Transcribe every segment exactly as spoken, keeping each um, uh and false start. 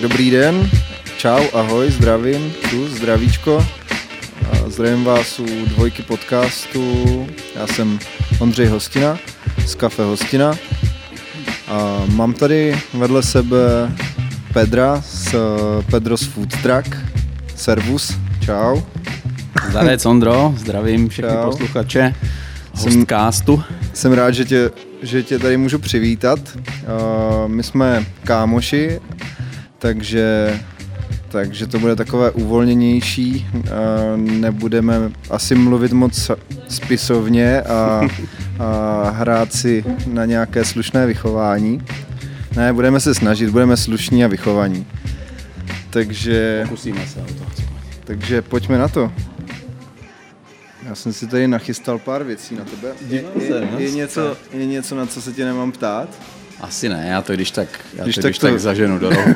dobrý den, čau, ahoj, zdravím, tu, zdravíčko. A zdravím vás u dvojky podcastu. Já jsem Ondřej Hostina z Kafe Hostina. A mám tady vedle sebe Pedra z Pedro's Food Truck. Servus, čau. Zdarec Ondro, zdravím všechny čau. Posluchače hostcastu. Jsem rád, že tě, že tě tady můžu přivítat. Uh, my jsme kámoši, takže, takže to bude takové uvolněnější. Uh, nebudeme asi mluvit moc spisovně a, a hrát si na nějaké slušné vychování. Ne, budeme se snažit, budeme slušní a vychovaní. Takže... Pokusíme se o to. Takže pojďme na to. Já jsem si tady nachystal pár věcí na tebe. Je, je, je, něco, je něco, na co se tě nemám ptát? Asi ne, já to když tak, já když to, tak, když to... tak zaženu do rohu.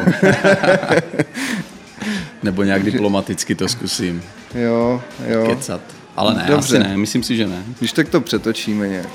Nebo nějak diplomaticky to zkusím. Jo, jo. Kecat. Ale ne, dobře. Asi ne, myslím si, že ne. Když tak to přetočíme nějak.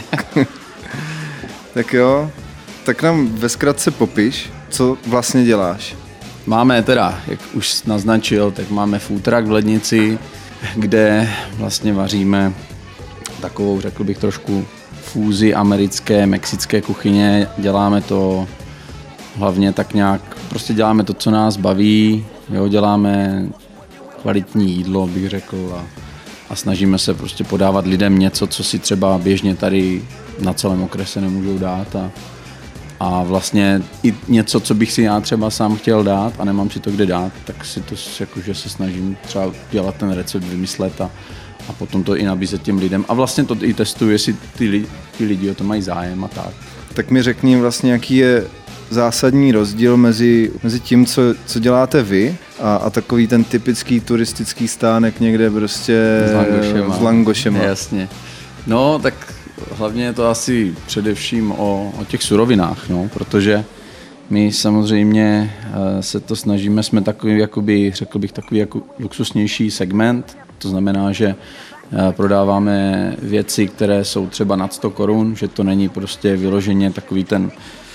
Tak jo, tak nám ve zkratce popiš, co vlastně děláš. Máme teda, jak už naznačil, tak máme food truck v Lednici, kde vlastně vaříme takovou, řekl bych, trošku fúzi americké, mexické kuchyně. Děláme to hlavně tak nějak, prostě děláme to, co nás baví, jo, děláme kvalitní jídlo, bych řekl, a, a snažíme se prostě podávat lidem něco, co si třeba běžně tady na celém okrese nemůžou dát a, a vlastně i něco, co bych si já třeba sám chtěl dát a nemám si to kde dát, tak si to jakože se snažím třeba dělat ten recept, vymyslet a, a potom to i nabízet těm lidem. A vlastně to i testuju, jestli ty, ty lidi o to mají zájem a tak. Tak mi řekni vlastně, jaký je zásadní rozdíl mezi, mezi tím, co, co děláte vy a, a takový ten typický turistický stánek někde prostě s langošema. S langošema. Jasně. No, tak hlavně je to asi především o, o těch surovinách, no, protože my samozřejmě se to snažíme, jsme takový, jakoby, řekl bych, takový jako luxusnější segment, to znamená, že prodáváme věci, které jsou třeba nad sto korun, že to není prostě vyloženě takový ten,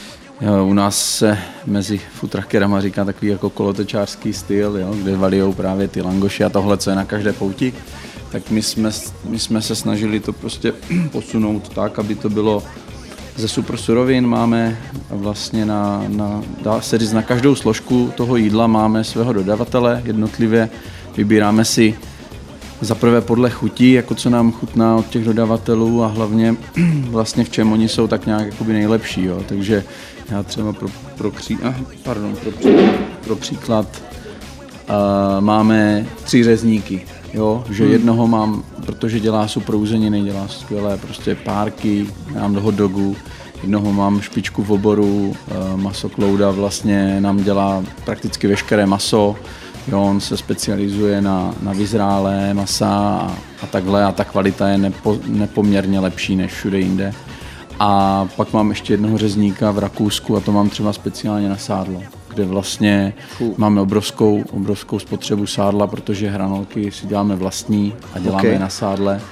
u nás se mezi food truckerama říká takový jako kolotečářský styl, jo, kde valijou právě ty langoši a tohle, co je na každé pouti. Tak my jsme, my jsme se snažili to prostě posunout tak, aby to bylo ze super surovin. Máme vlastně na, na, dá se říct, na každou složku toho jídla máme svého dodavatele jednotlivě. Vybíráme si zaprvé podle chutí, jako co nám chutná od těch dodavatelů a hlavně vlastně v čem oni jsou tak nějak jakoby nejlepší. Jo. Takže já třeba pro, pro, kří, ah, pardon, pro, příklad, pro příklad uh, máme tři řezníky. Jo, že hmm. jednoho mám, protože dělá super uzeniny, dělá skvělé prostě párky, mám do hot dogu, jednoho mám špičku v oboru, maso Klouda vlastně nám dělá prakticky veškeré maso, jo, on se specializuje na, na vyzrálé masa a, a takhle a ta kvalita je nepo, nepoměrně lepší než všude jinde. A pak mám ještě jednoho řezníka v Rakousku a to mám třeba speciálně na sádlo, kde vlastně Fuh. máme obrovskou, obrovskou spotřebu sádla, protože hranolky si děláme vlastní a děláme okay. je na sádle.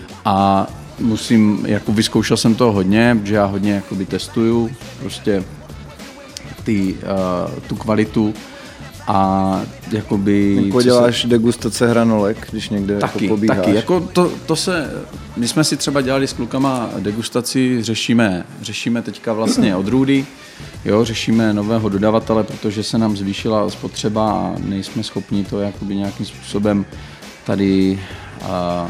A musím, jako vyzkoušel jsem toho hodně, že já hodně jakoby testuju prostě ty, uh, tu kvalitu a jakoby... Jako děláš se... degustace hranolek, když někde taky, jako pobíháš? Taky, jako to, to se... My jsme si třeba dělali s klukama degustaci, řešíme, řešíme teďka vlastně odrůdy, jo, řešíme nového dodavatele, protože se nám zvýšila spotřeba a nejsme schopni to jakoby nějakým způsobem tady a,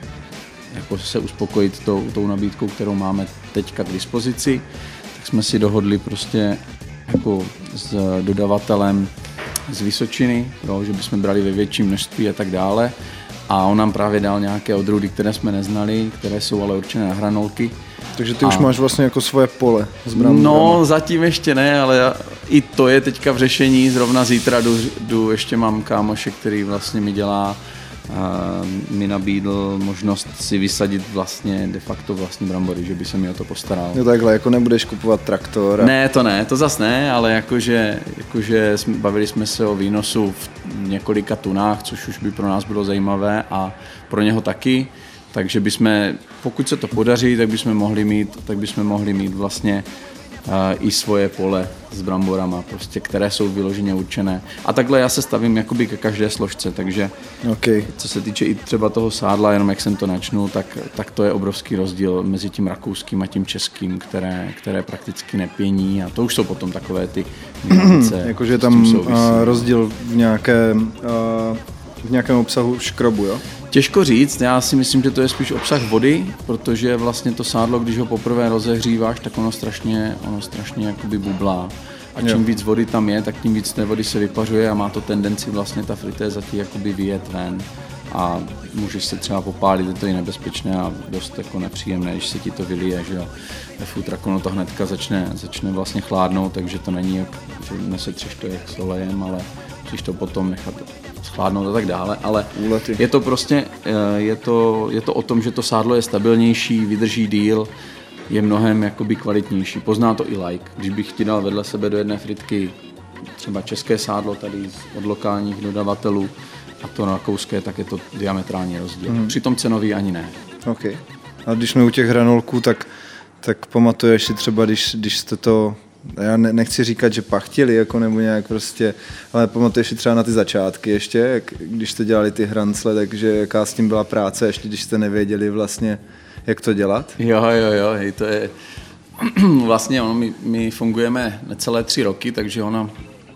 jako se uspokojit tou, tou nabídkou, kterou máme teďka k dispozici. Tak jsme si dohodli prostě jako s dodavatelem z Vysočiny, jo, že bychom brali ve větším množství a tak dále. A on nám právě dal nějaké odrůdy, které jsme neznali, které jsou ale určené na hranolky. Takže ty a... už máš vlastně jako svoje pole s bramborama. No, zatím ještě ne, ale já, i to je teďka v řešení. Zrovna zítra jdu, jdu ještě mám kámoše, který vlastně mi dělá, a mi nabídl možnost si vysadit vlastně de facto vlastní brambory, že by se mi o to postaral. Jo takhle, jako nebudeš kupovat traktor? A... Ne, to ne, to zas ne, ale jakože, jakože jsme, bavili jsme se o výnosu v několika tunách, což už by pro nás bylo zajímavé a pro něho taky. Takže bychom, pokud se to podaří, tak bychom mohli mít, tak bychom mohli mít vlastně i svoje pole s bramborama, prostě, které jsou vyloženě určené. A takhle já se stavím jakoby ke každé složce, takže okay. Co se týče i třeba toho sádla, jenom jak jsem to načnu, tak, tak to je obrovský rozdíl mezi tím rakouským a tím českým, které, které prakticky nepění a to už jsou potom takové ty nuance. Jakože je tam uh, rozdíl v, nějaké, uh, v nějakém obsahu škrobu, jo? Těžko říct, já si myslím, že to je spíš obsah vody, protože vlastně to sádlo, když ho poprvé rozehříváš, tak ono strašně, ono strašně jakoby bublá. A čím jo. víc vody tam je, tak tím víc té vody se vypařuje a má to tendenci vlastně ta fritéza ti jakoby vyjet ven. A můžeš se třeba popálit, je to i nebezpečné a dost jako nepříjemné, když se ti to vylije, že jo. Ve food trucku no to hnedka začne, začne vlastně chládnout, takže to není, jak, že nesetřeš to jak s olejem, ale musíš to potom nechat schládnout a tak dále, ale Úlety. je to prostě, je to, je to o tom, že to sádlo je stabilnější, vydrží díl, je mnohem jakoby kvalitnější. Pozná to i like. Když bych ti dal vedle sebe do jedné fritky třeba české sádlo tady od lokálních dodavatelů a to rakouské, tak je to diametrální rozdíl. Hmm. Přitom cenový ani ne. OK. A když jsme u těch hranolků, tak, tak pamatuješ si třeba, když, když jste to, já ne, nechci říkat, že pachtili, jako nebo nějak prostě, ale pamatuješ si třeba na ty začátky ještě, jak, když jste dělali ty hrancle, takže jaká s tím byla práce, ještě když jste nevěděli vlastně, jak to dělat? Jo, jo, jo, hej, to je vlastně ono, my, my fungujeme necelé tři roky, takže ona,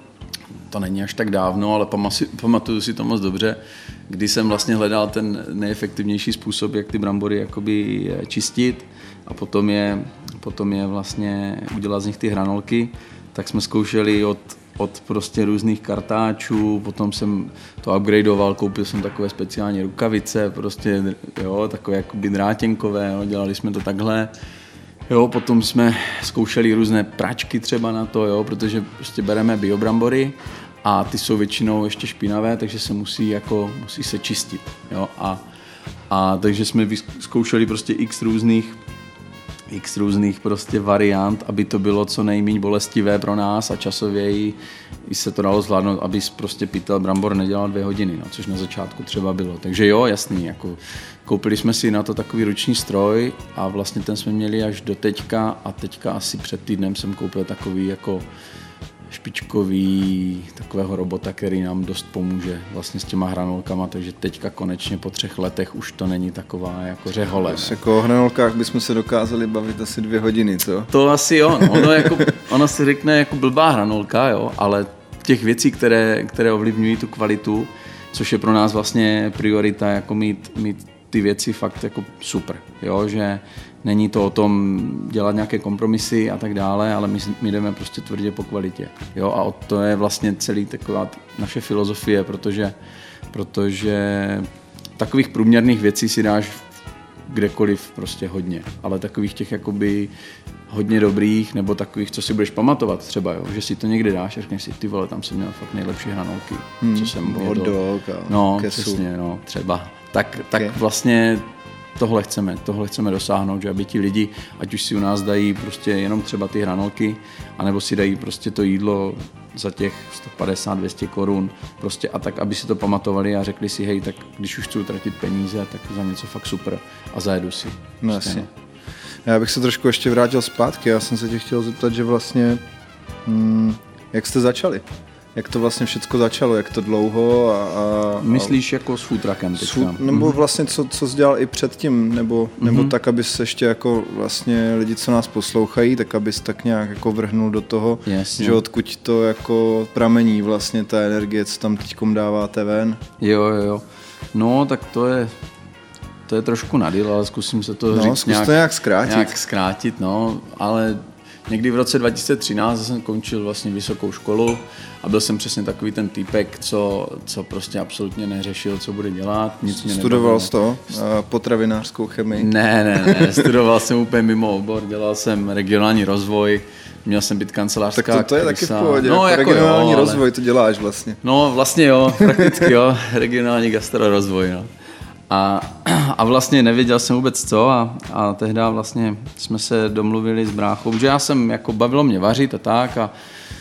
to není až tak dávno, ale pamatuju si to moc dobře, kdy jsem vlastně hledal ten nejefektivnější způsob, jak ty brambory jakoby čistit a potom je, potom je vlastně udělat z nich ty hranolky, tak jsme zkoušeli od od prostě různých kartáčů, potom jsem to upgradeoval, koupil jsem takové speciální rukavice, prostě, jo, takové jakoby drátěnkové, jo, dělali jsme to takhle. Jo, potom jsme zkoušeli různé pračky třeba na to, jo, protože prostě bereme biobrambory a ty jsou většinou ještě špinavé, takže se musí jako, musí se čistit, jo, a, a takže jsme zkoušeli prostě x různých x různých prostě variant, aby to bylo co nejméně bolestivé pro nás a časově i, i se to dalo zvládnout, aby prostě pytel brambor nedělal dvě hodiny, no, což na začátku třeba bylo. Takže jo, jasný, jako koupili jsme si na to takový ruční stroj a vlastně ten jsme měli až do teďka a teďka asi před týdnem jsem koupil takový jako špičkový takového robota, který nám dost pomůže vlastně s těma hranolkama, takže teďka konečně po třech letech už to není taková jako řehole. Jako o hranolkách bychom se dokázali bavit asi dvě hodiny, co? To asi jo, no. ono, jako, ono si řekne jako blbá hranolka, jo, ale těch věcí, které, které ovlivňují tu kvalitu, což je pro nás vlastně priorita, jako mít, mít ty věci fakt jako super, jo, že není to o tom dělat nějaké kompromisy a tak dále, ale my, my jdeme prostě tvrdě po kvalitě, jo, a to je vlastně celý taková naše filozofie, protože, protože takových průměrných věcí si dáš kdekoliv prostě hodně, ale takových těch jakoby hodně dobrých, nebo takových, co si budeš pamatovat třeba, jo, že si to někde dáš a řekneš si, ty vole, tam jsem měl fakt nejlepší hranolky, hmm, co jsem jedl. No, přesně, no, třeba. Tak, tak okay. Vlastně tohle chceme, tohle chceme dosáhnout, že aby ti lidi, ať už si u nás dají prostě jenom třeba ty hranolky, anebo si dají prostě to jídlo za těch sto padesát až dvě stě korun, prostě a tak, aby si to pamatovali a řekli si, hej, tak když už chci utratit peníze, tak za něco fakt super a zajedu si. No prostě, asi. No. Já bych se trošku ještě vrátil zpátky, já jsem se tě chtěl zeptat, že vlastně, hmm, jak jste začali? Jak to vlastně všechno začalo, jak to dlouho a... a Myslíš jako s food truckem teďka? Nebo vlastně co, co jsi dělal i předtím, nebo, nebo mm-hmm. tak, abys ještě jako vlastně lidi, co nás poslouchají, tak abys tak nějak jako vrhnul do toho, Jasně. že odkud to jako pramení vlastně ta energie, co tam teďkom dáváte ven. Jo, jo, jo. No, tak to je... To je trošku nadýl, ale zkusím se to no, říct zkus nějak, to nějak zkrátit. nějak zkrátit, no, ale někdy v roce dva tisíce třináct jsem končil vlastně vysokou školu a byl jsem přesně takový ten týpek, co, co prostě absolutně neřešil, co bude dělat, nic mě Studoval jsi to? Potravinářskou chemii? Ne, ne, ne, studoval jsem úplně mimo obor, dělal jsem regionální rozvoj, měl jsem být kancelářská Tak to, to je krysa. taky v pohodě, no, jako jako regionální jo, rozvoj, ale... to děláš vlastně. No vlastně jo, prakticky jo, regionální gastrorozvoj, no. A, a vlastně nevěděl jsem vůbec co a, a tehdy vlastně jsme se domluvili s bráchou, že já jsem, jako bavilo mě vařit a tak a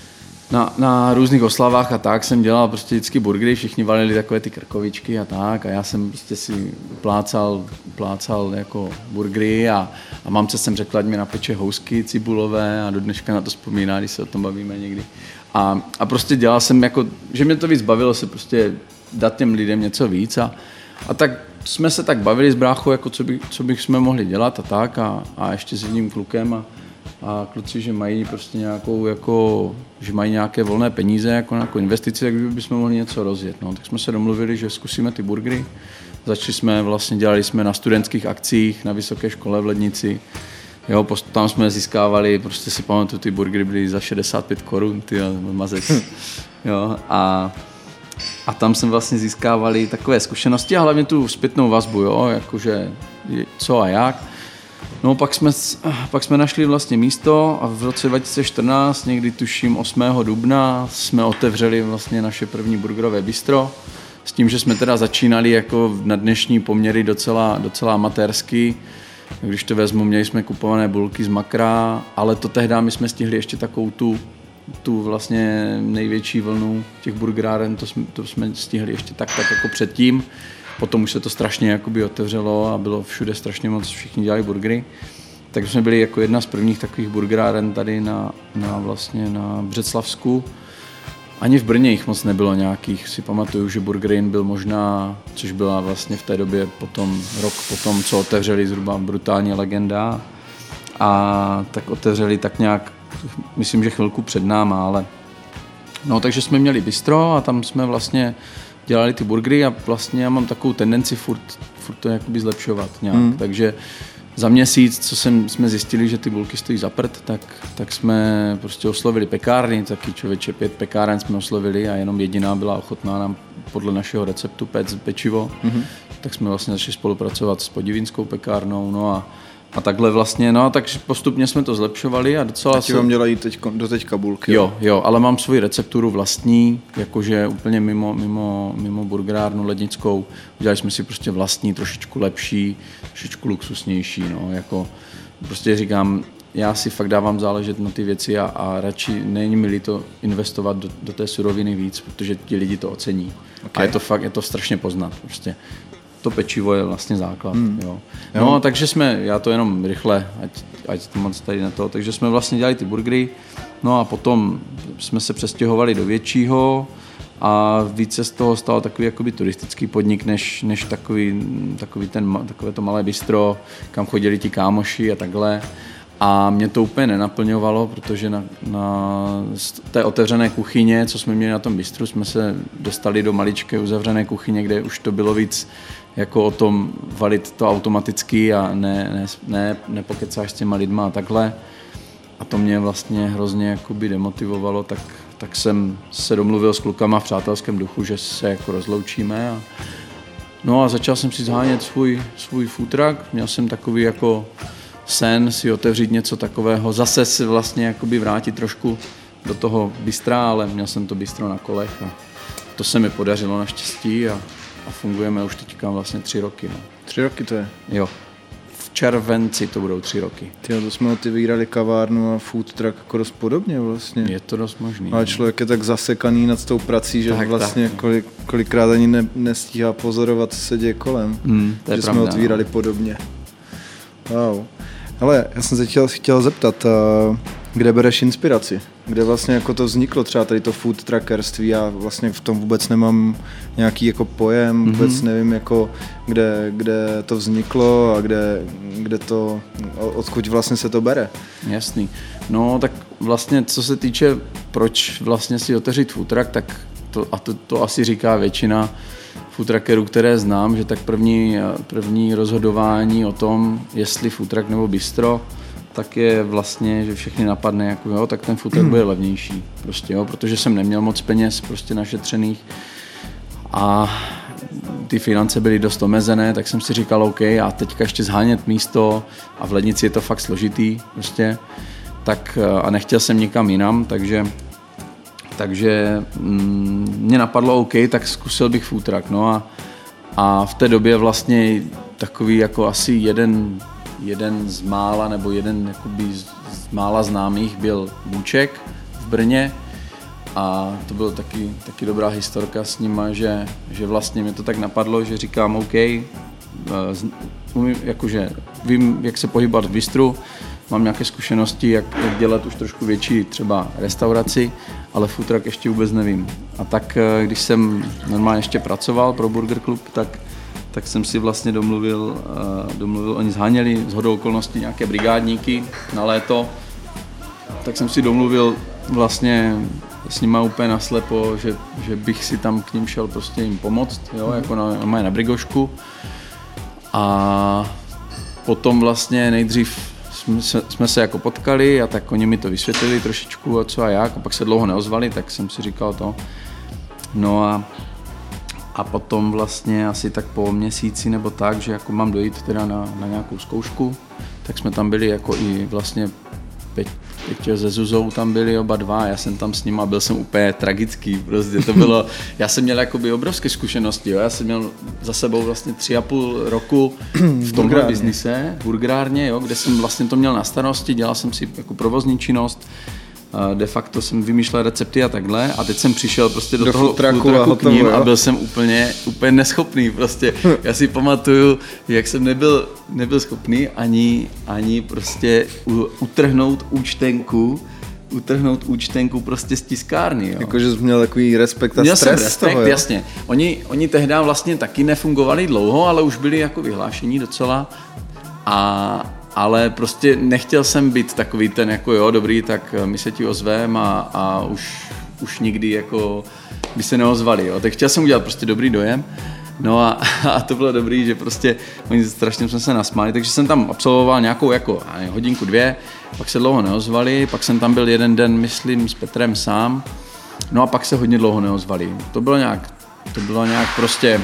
Na, na různých oslavách a tak jsem dělal prostě vždycky burgery, všichni valili takové ty krkovičky a tak a já jsem prostě si plácal, plácal jako burgery a, a mamce jsem řekla, ať mi napeče housky cibulové a do dneška na to vzpomíná, když se o tom bavíme někdy. A, a prostě dělal jsem jako, že mě to víc bavilo se prostě dát těm lidem něco víc a, a tak jsme se tak bavili s bráchou, jako co, by, co bych jsme mohli dělat a tak a, a ještě s jedním klukem a a kluci, že mají prostě nějakou jako, že mají nějaké volné peníze jako na jako investici, tak bychom mohli něco rozjet. No, tak jsme se domluvili, že zkusíme ty burgery. Začali jsme vlastně, dělali jsme na studentských akcích na vysoké škole v Lednici. Jo, tam jsme získávali, prostě si pamatuju, ty burgery byly za šedesát pět korun, ty mazec. Jo, a, a tam jsme vlastně získávali takové zkušenosti a hlavně tu zpětnou vazbu, jo, jakože co a jak. No pak jsme, pak jsme našli vlastně místo a v roce dva tisíce čtrnáct, někdy tuším osmého dubna, jsme otevřeli vlastně naše první burgerové bistro. S tím, že jsme teda začínali jako na dnešní poměry docela, docela amatérsky. Když to vezmu, měli jsme kupované bulky z makra, ale to tehdy my jsme stihli ještě takovou tu, tu vlastně největší vlnu těch burgeráren, to jsme, to jsme stihli ještě tak, tak jako předtím. Potom už se to strašně jakoby otevřelo a bylo všude strašně moc, všichni dělali burgery. Takže jsme byli jako jedna z prvních takových burgeráren tady na, na, vlastně na Břeclavsku. Ani v Brně jich moc nebylo nějakých. Si pamatuju, že Burger Inn byl možná, což byla vlastně v té době potom, rok potom, co otevřeli zhruba brutální legenda. A tak otevřeli tak nějak, myslím, že chvilku před náma, ale... No, takže jsme měli bistro a tam jsme vlastně dělali ty burgery a vlastně já mám takovou tendenci furt, furt to jakoby zlepšovat nějak, mm. takže za měsíc, co jsem, jsme zjistili, že ty bulky stojí za prd, tak, tak jsme prostě oslovili pekárny, taky člověče pět pekáren jsme oslovili a jenom jediná byla ochotná nám podle našeho receptu péct pečivo, mm. tak jsme vlastně začali spolupracovat s Podivínskou pekárnou, no a A takhle vlastně, no a tak postupně jsme to zlepšovali a docela... A ti vám dělají teď, do teďka bulky? Jo, jo, ale mám svoji recepturu vlastní, jakože úplně mimo, mimo, mimo burgerárnu lednickou. Udělali jsme si prostě vlastní, trošičku lepší, trošičku luxusnější, no, jako prostě říkám, já si fakt dávám záležet na ty věci a, a radši není mi líto investovat do, do té suroviny víc, protože ti lidi to ocení. Okay. A je to fakt, je to strašně poznat, prostě. To pečivo je vlastně základ. Mm. Jo. No, jo. Takže jsme, já to jenom rychle, ať, ať to moc tady na to, takže jsme vlastně dělali ty burgery, no a potom jsme se přestěhovali do většího a více z toho stal takový jakoby turistický podnik, než, než takový, takový ten, takové to malé bistro, kam chodili ti kámoši a takhle. A mě to úplně nenaplňovalo, protože na, na té otevřené kuchyně, co jsme měli na tom bistru, jsme se dostali do maličké uzavřené kuchyně, kde už to bylo víc jako o tom valit to automaticky a ne, ne, ne, nepokecáš s těma lidma a takhle. A to mě vlastně hrozně jakoby demotivovalo, tak, tak jsem se domluvil s klukama v přátelském duchu, že se jako rozloučíme. A, no a začal jsem si zhánět svůj, svůj food truck, měl jsem takový jako sen si otevřít něco takového, zase si vlastně jakoby vrátit trošku do toho bistra, ale měl jsem to bistro na kolech a to se mi podařilo naštěstí a, a fungujeme už teďka vlastně tři roky. No. Tři roky to je? Jo. V červenci to budou tři roky. Tyjo, to jsme otevírali kavárnu a food truck jako dost podobně vlastně. Je to dost možný. Ale člověk je tak zasekaný nad tou prací, že tak, vlastně tak. Kolik, kolikrát ani ne, nestíhá pozorovat, co se děje kolem. Hmm, to je že pravda, jsme otvírali no. podobně. Wow. Ale já jsem se chtěl, chtěl zeptat, kde bereš inspiraci? Kde vlastně jako to vzniklo, třeba tady to food truckerství, já vlastně v tom vůbec nemám nějaký jako pojem, mm-hmm. vůbec nevím jako kde, kde to vzniklo a kde, kde to, odkud vlastně se to bere. Jasný. No tak vlastně co se týče, proč vlastně si otevřít food truck, tak to, a to, to asi říká většina food truckerů, které znám, že tak první, první rozhodování o tom, jestli food truck nebo bistro, tak je vlastně, že všechny napadne, jako jo, tak ten food truck bude levnější, prostě jo, protože jsem neměl moc peněz prostě našetřených a ty finance byly dost omezené, tak jsem si říkal, OK, a teďka ještě zhánět místo a v Lednici je to fakt složitý, prostě, tak a nechtěl jsem nikam jinam, takže Takže mm, mě napadlo, OK, tak zkusil bych food truck, no a, a v té době vlastně takový jako asi jeden, jeden z mála, nebo jeden jakoby z, z mála známých byl Bůček v Brně A to byla taky, taky dobrá historka s nima, že, že vlastně mě to tak napadlo, že říkám OK, umím, jakože vím, jak se pohybovat v bistru, mám nějaké zkušenosti, jak, jak dělat už trošku větší třeba restauraci, ale food truck ještě vůbec nevím. A tak když jsem normálně ještě pracoval pro Burger Club, tak, tak jsem si vlastně domluvil, domluvil, oni zháněli shodou okolností nějaké brigádníky na léto, tak jsem si domluvil vlastně s nima úplně naslepo, že, že bych si tam k ním šel prostě jim pomoct, jo, jako na, na, na brigošku. A potom vlastně nejdřív jsme se, jsme se jako potkali a tak oni mi to vysvětlili trošičku a co a jak, a pak se dlouho neozvali, tak jsem si říkal to. No a, a potom vlastně asi tak po měsíci nebo tak, že jako mám dojít teda na, na nějakou zkoušku, tak jsme tam byli jako i vlastně Peť, Peťo se Zuzou tam byli oba dva, já jsem tam s nima, byl jsem úplně tragický, prostě to bylo, já jsem měl jakoby obrovské zkušenosti, jo? Já jsem měl za sebou vlastně tři a půl roku v tomhle biznise, v burgerárně, jo? Kde jsem vlastně to měl na starosti, dělal jsem si jako provozní činnost, de facto jsem vymýšlel recepty a takhle a teď jsem přišel prostě do, do toho food trucku k ním a byl jsem úplně, úplně neschopný prostě. Já si pamatuju, jak jsem nebyl, nebyl schopný ani, ani prostě utrhnout účtenku, utrhnout účtenku prostě z tiskárny. Jo. Jakože jsi měl takový respekt a měl stres jsem respekt, toho, jo? Jasně. Oni, oni tehdy vlastně taky nefungovali dlouho, ale už byli jako vyhlášení docela a ale prostě nechtěl jsem být takový ten jako jo, dobrý, tak my se ti ozvem a, a už, už nikdy jako by se neozvali, jo. Tak chtěl jsem udělat prostě dobrý dojem, no a, a to bylo dobrý, že prostě oni strašně jsme se nasmáli, takže jsem tam absolvoval nějakou jako hodinku, dvě, pak se dlouho neozvali, pak jsem tam byl jeden den, myslím, s Petrem sám, no a pak se hodně dlouho neozvali. To bylo nějak, to bylo nějak prostě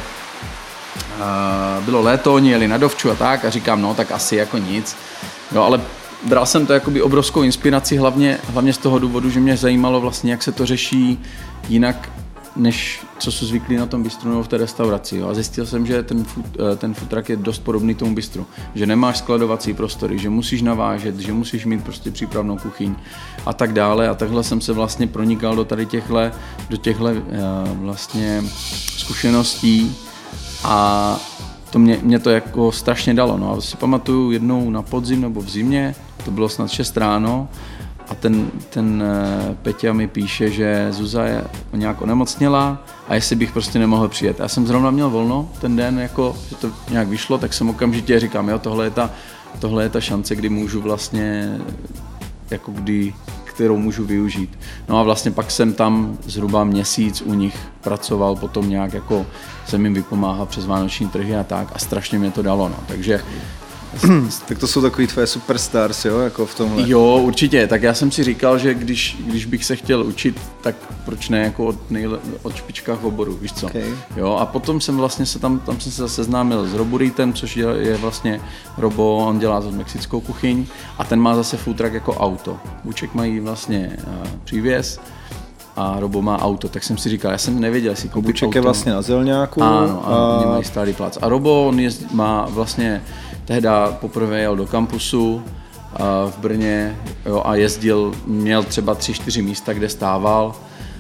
Uh, bylo léto, oni jeli na dovču a tak a říkám, no tak asi jako nic, jo, ale bral jsem to jakoby obrovskou inspiraci hlavně, hlavně z toho důvodu, že mě zajímalo vlastně, jak se to řeší jinak, než co jsou zvyklí na tom bistru nebo v té restauraci, jo. A zjistil jsem, že ten food, ten food truck je dost podobný tomu bistru, že nemáš skladovací prostory, že musíš navážet, že musíš mít prostě přípravnou kuchyň a tak dále a takhle jsem se vlastně pronikal do tady těchhle, do těchhle uh, vlastně zkušeností. A to mě, mě to jako strašně dalo. No a si pamatuju jednou na podzim nebo v zimě, to bylo snad šest ráno a ten, ten Peťa mi píše, že Zuza je nějak onemocněla a jestli bych prostě nemohl přijet. Já jsem zrovna měl volno ten den, jako, že to nějak vyšlo, tak jsem okamžitě říkám, jo, tohle je ta, tohle je ta šance, kdy můžu vlastně, jako kdy, kterou můžu využít. No a vlastně pak jsem tam zhruba měsíc u nich pracoval, potom nějak jako jsem jim vypomáhal přes vánoční trhy a tak a strašně mě to dalo, no, takže... Tak to jsou takový tvoje superstars, jo, jako v tomhle. Jo, určitě, tak já jsem si říkal, že když, když bych se chtěl učit, tak proč ne jako od, nejle, od špičkách v oboru, víš co? Okay. Jo, a potom jsem vlastně se tam, tam jsem se seznámil s Roburitem, což je, je vlastně Robo, on dělá za mexickou kuchyň a ten má zase food truck jako auto. Buček mají vlastně uh, přívěs a Robo má auto, tak jsem si říkal, já jsem nevěděl, jestli koupit Buček auto. je vlastně na Zelňáku. Ano, ano, a... oni mají stálý plac. A Robo, on jezdí, má vlastně tehda poprvé jel do kampusu v Brně, jo, a jezdil, měl třeba tři, čtyři místa, kde stával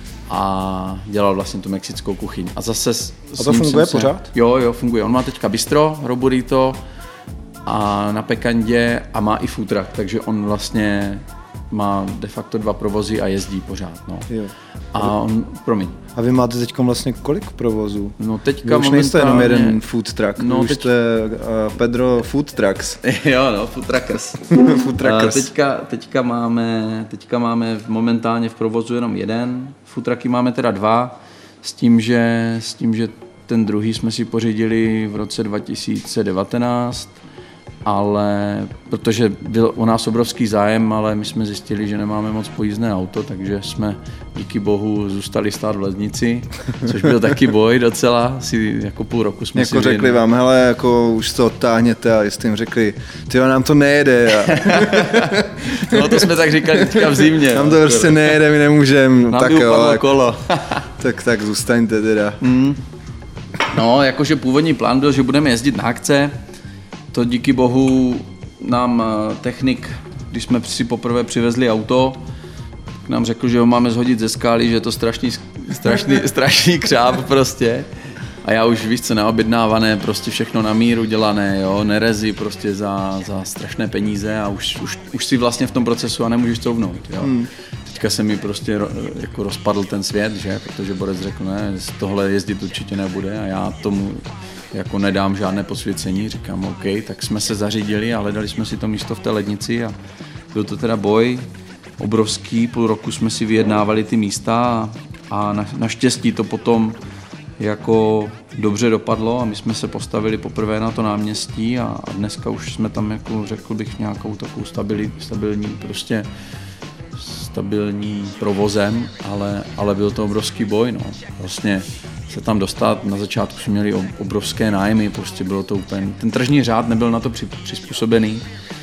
a dělal vlastně tu mexickou kuchyň. A zase s, a to funguje se, pořád? Jo, jo, funguje. On má teďka bistro, Roburito a na Pekandě a má i food truck, takže on vlastně má de facto dva provozy a jezdí pořád. No. Jo. A on, promiň. A vy máte teď vlastně kolik provozů? No teďka už nejste jenom jeden food truck, no, už teď... jste uh, Pedro Food Trucks. Jo, no, food truckers. food truckers. Teďka, teďka, máme, teďka máme momentálně v provozu jenom jeden, food trucky máme teda dva, s tím, že, s tím, že ten druhý jsme si pořídili v roce dva tisíce devatenáct, ale protože byl u nás obrovský zájem, ale my jsme zjistili, že nemáme moc pojízdné auto, takže jsme díky bohu zůstali stát v Lednici, což byl taky boj docela, asi jako půl roku jsme jako si... Jako řekli věděli. vám, hele, jako už to odtáhněte a jste jim řekli, tyjo, nám to nejede. A... no to jsme tak říkali teďka v zimě. Nám to prostě nejede, my nemůžeme. Nám tak by upadlo jo, kolo. tak, tak zůstaňte teda. Mm. No, jakože původní plán byl, že budeme jezdit na akce. To díky bohu nám technik, když jsme si poprvé přivezli auto, k nám řekl, že ho máme zhodit ze skály, že je to strašný, strašný, strašný křáp prostě. A já už, víš co, naobjednávané, prostě všechno na míru dělané, jo, nerezy prostě za, za strašné peníze a už, už, už si vlastně v tom procesu a nemůžeš couvnout, jo. Hmm. Teďka se mi prostě jako rozpadl ten svět, že, protože borec řekl, ne, tohle jezdit určitě nebude a já tomu jako nedám žádné posvěcení, říkám OK, tak jsme se zařídili a hledali jsme si to místo v té lednici a byl to teda boj obrovský, půl roku jsme si vyjednávali ty místa a, a na, naštěstí to potom jako dobře dopadlo a my jsme se postavili poprvé na to náměstí a, a dneska už jsme tam, jako řekl bych, nějakou takovou stabili, stabilní prostě stabilní provozem, ale, ale byl to obrovský boj, no. Vlastně se tam dostat, na začátku jsme měli obrovské nájmy, prostě bylo to úplně, ten tržní řád nebyl na to přizpůsobený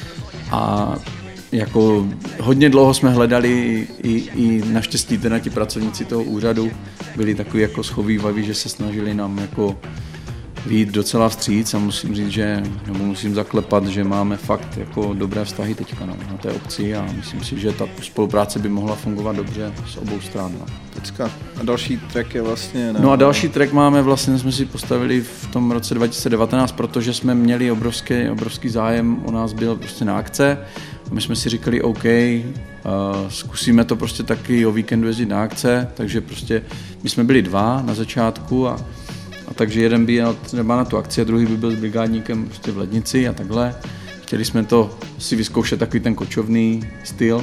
a jako hodně dlouho jsme hledali i, i naštěstí teda ti pracovníci toho úřadu byli takový jako schovývaví, že se snažili nám jako vyjít docela vstříc a musím říct, že, nebo musím zaklepat, že máme fakt jako dobré vztahy teďka no, na té obci a myslím si, že ta spolupráce by mohla fungovat dobře z obou stran. No. Teďka. A další track je vlastně... Ne? No a další track máme vlastně, jsme si postavili v tom roce dva tisíce devatenáct, protože jsme měli obrovský, obrovský zájem, o nás byl prostě na akce. A my jsme si říkali OK, uh, zkusíme to prostě taky o víkendu jezdit na akce, takže prostě my jsme byli dva na začátku a A takže jeden by jel třeba na tu akci a druhý by byl s brigádníkem prostě v lednici a takhle. Chtěli jsme to si vyzkoušet takový ten kočovný styl.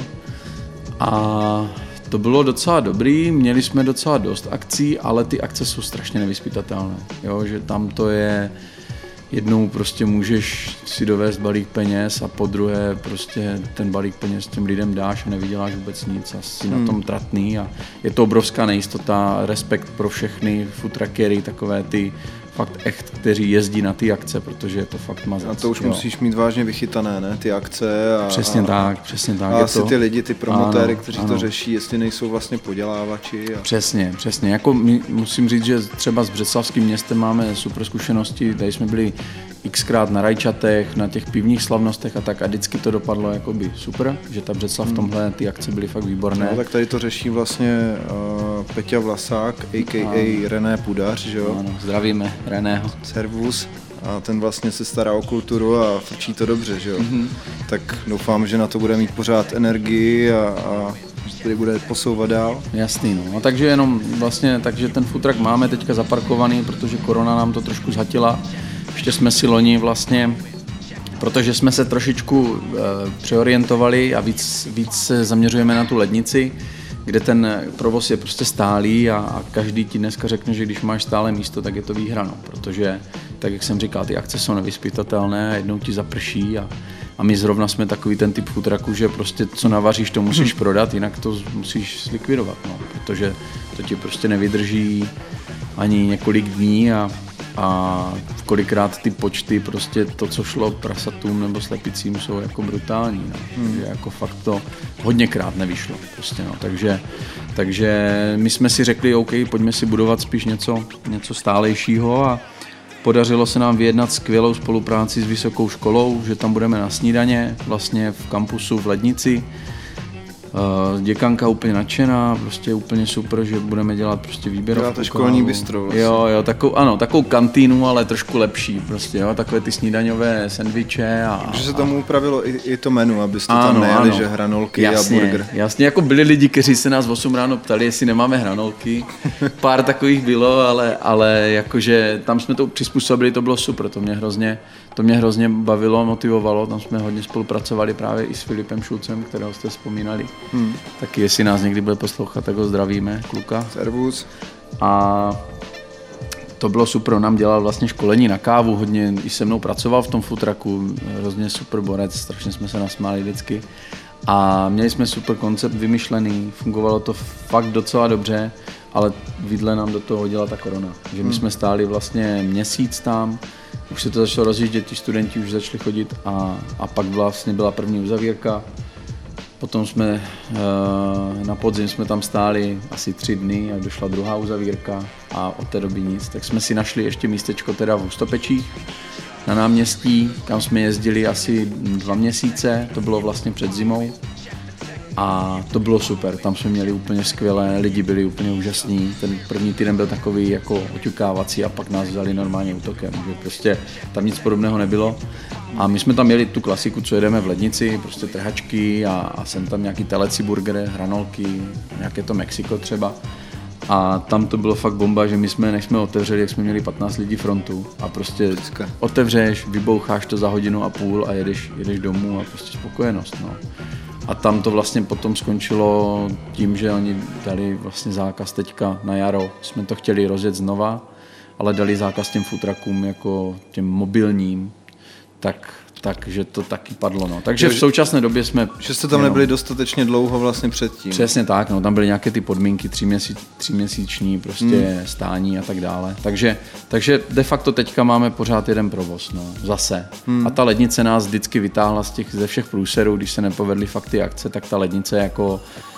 A to bylo docela dobrý, měli jsme docela dost akcí, ale ty akce jsou strašně nevyzpytatelné. Jo, že tam to je, jednou prostě můžeš si dovést balík peněz a po druhé prostě ten balík peněz těm lidem dáš a nevyděláš vůbec nic a jsi hmm. na tom tratný a je to obrovská nejistota, respekt pro všechny foodtruckery, takové ty fakt echt, kteří jezdí na ty akce, protože je to fakt mazec. A to už jo. musíš mít vážně vychytané, ne, ty akce a... Přesně a, tak, přesně tak. A je asi to... ty lidi, ty promotéry, ano, kteří ano. to řeší, jestli nejsou vlastně podělávači. A... Přesně, přesně. Jako my, musím říct, že třeba s Břeclavským městem máme super zkušenosti, tady jsme byli xkrát na rajčatech, na těch pivních slavnostech a tak a vždycky to dopadlo jakoby super, že ta Břeclav v tomhle ty akce byly fakt výborné. No, tak tady to řeší vlastně uh, Peťa Vlasák, a k a. René Pudař, že jo? Ano, zdravíme Reného. Servus. A ten vlastně se stará o kulturu a frčí to dobře, že jo? Mm-hmm. Tak doufám, že na to bude mít pořád energii a, a že tady bude posouvat dál. Jasný, no. no. Takže jenom vlastně, takže ten food truck máme teďka zaparkovaný, protože korona nám to trošku zhatila. Ještě jsme si loni vlastně, protože jsme se trošičku e, přeorientovali a víc, víc se zaměřujeme na tu lednici, kde ten provoz je prostě stálý a, a každý ti dneska řekne, že když máš stále místo, tak je to výhra, no, protože, tak jak jsem říkal, ty akce jsou nevyzpytatelné, jednou ti zaprší a, a my zrovna jsme takový ten typ food trucku, že prostě co navaříš, to musíš prodat, jinak to musíš zlikvidovat, no, protože to ti prostě nevydrží ani několik dní a a kolikrát ty počty, prostě to, co šlo prasatům nebo slepicím, jsou jako brutální, no. Hmm. Takže jako fakt to hodněkrát nevyšlo, prostě, no. takže, takže my jsme si řekli, OK, pojďme si budovat spíš něco, něco stálejšího a podařilo se nám vyjednat skvělou spolupráci s vysokou školou, že tam budeme na snídaně, vlastně v kampusu v Lednici. Děkanka úplně nadšená, prostě úplně super, že budeme dělat prostě výběrovku. Děláte školní bistro vlastně. Jo, jo, takovou, ano, takovou kantýnu, ale trošku lepší, prostě, jo, takové ty snídaňové sendviče a... Že se tomu upravilo i, i to menu, abyste ano, tam nejeli, ano. že hranolky jasně, a burger. Jasně, jako byli lidi, kteří se nás v osm ráno ptali, jestli nemáme hranolky. Pár takových bylo, ale, ale jakože tam jsme to přizpůsobili, to bylo super, to mě hrozně, to mě hrozně bavilo, motivovalo, tam jsme hodně spolupracovali právě i s Filipem Šulcem, kterého jste vzpomínali. Hmm. Taky jestli nás někdy bude poslouchat, tak ho zdravíme, kluka. Servus. A to bylo super, on nám dělal vlastně školení na kávu, hodně i se mnou pracoval v tom food trucku, hrozně super borec, strašně jsme se nasmáli vždycky. A měli jsme super koncept vymyšlený, fungovalo to fakt docela dobře, ale vidle nám do toho hodila ta korona. Že my jsme stáli vlastně měsíc tam, už se to začalo rozjíždět, ti studenti už začali chodit a, a pak vlastně byla první uzavírka. Potom jsme na podzim jsme tam stáli asi tři dny a došla druhá uzavírka a od té doby nic. Tak jsme si našli ještě místečko teda v Hustopečích na náměstí, kam jsme jezdili asi dva měsíce, to bylo vlastně před zimou. A to bylo super, tam jsme měli úplně skvělé, lidi byli úplně úžasní, ten první týden byl takový jako oťukávací a pak nás vzali normálně útokem, že prostě tam nic podobného nebylo. A my jsme tam měli tu klasiku, co jedeme v lednici, prostě trhačky a, a jsem tam nějaký teleci burgery, hranolky, nějaké to Mexiko třeba. A tam to bylo fakt bomba, že my jsme, než jsme otevřeli, jak jsme měli patnáct lidí frontu a prostě otevřeš, vyboucháš to za hodinu a půl a jedeš, jedeš domů a prostě spokojenost. No. A tam to vlastně potom skončilo tím, že oni dali vlastně zákaz teďka na jaro. Jsme to chtěli rozjet znova, ale dali zákaz těm food truckům jako těm mobilním, tak, takže to taky padlo. No. Takže jo, v současné době jsme... Že jste tam jenom, nebyli dostatečně dlouho vlastně předtím. Přesně tak, no, tam byly nějaké ty podmínky, tříměsíc, tříměsíční prostě hmm. stání a tak dále. Takže, takže de facto teďka máme pořád jeden provoz, no, zase. Hmm. A ta lednice nás vždycky vytáhla z těch, ze všech průserů, když se nepovedly fakt ty akce, tak ta lednice jako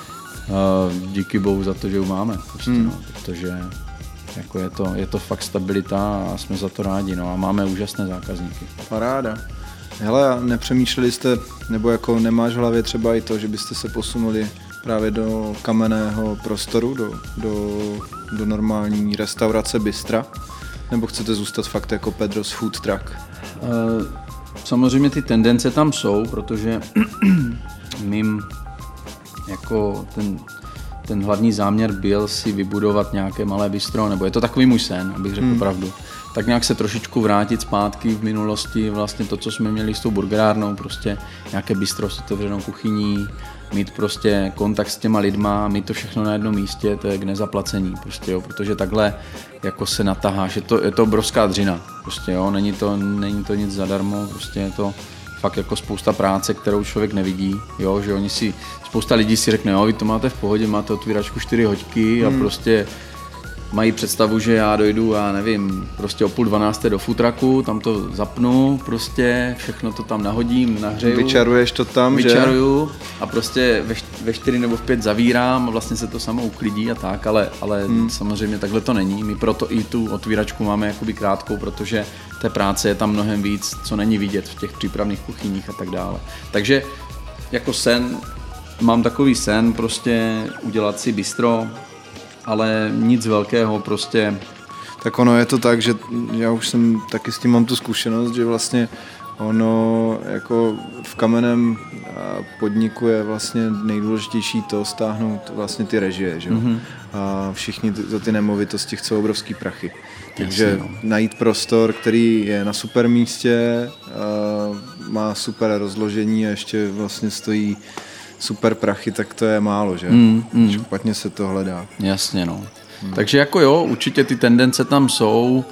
uh, díky bohu za to, že ji máme. Prostě, hmm. no, protože jako je, to, je to fakt stabilita a jsme za to rádi, no, a máme úžasné zákazníky. Paráda. Hele, a nepřemýšleli jste, nebo jako nemáš v hlavě třeba i to, že byste se posunuli právě do kamenného prostoru, do, do, do normální restaurace Bystra? Nebo chcete zůstat fakt jako Pedro's Food Truck? Samozřejmě ty tendence tam jsou, protože mým jako ten, ten hlavní záměr byl si vybudovat nějaké malé bistro, nebo je to takový můj sen, abych řekl hmm. pravdu. Tak nějak se trošičku vrátit zpátky v minulosti, vlastně to, co jsme měli s tou burgerárnou, prostě nějaké bistro s otevřenou kuchyní, mít prostě kontakt s těma lidma, mít to všechno na jednom místě, to je k nezaplacení, prostě jo, protože takhle jako se nataháš, je to, je to obrovská dřina, prostě jo, není to, není to nic zadarmo, prostě je to fakt jako spousta práce, kterou člověk nevidí, jo, že oni si, spousta lidí si řekne, jo, vy to máte v pohodě, máte otvíračku čtyři hoďky a hmm. prostě mají představu, že já dojdu, já nevím, prostě o půl dvanácté do food trucku, tam to zapnu, prostě všechno to tam nahodím, nahřeju. Vyčaruješ to tam, vyčaruju, že? A prostě ve, ve čtyři nebo v pět zavírám a vlastně se to samo uklidí a tak, ale, ale hmm. samozřejmě takhle to není. My proto i tu otvíračku máme jakoby krátkou, protože té práce je tam mnohem víc, co není vidět v těch přípravných kuchyních a tak dále. Takže jako sen, mám takový sen prostě udělat si bistro, ale nic velkého prostě. Tak ono je to tak, že já už jsem taky s tím mám tu zkušenost, že vlastně ono jako v kamenném podniku je vlastně nejdůležitější to stáhnout vlastně ty režie, že? Mm-hmm. A všichni za ty nemovitosti chcou obrovský prachy. Takže Jasně, no. najít prostor, který je na super místě, má super rozložení a ještě vlastně stojí super prachy, tak to je málo, že? Mm, mm. Špatně se to hledá. Jasně, no. Hmm. Takže jako jo, určitě ty tendence tam jsou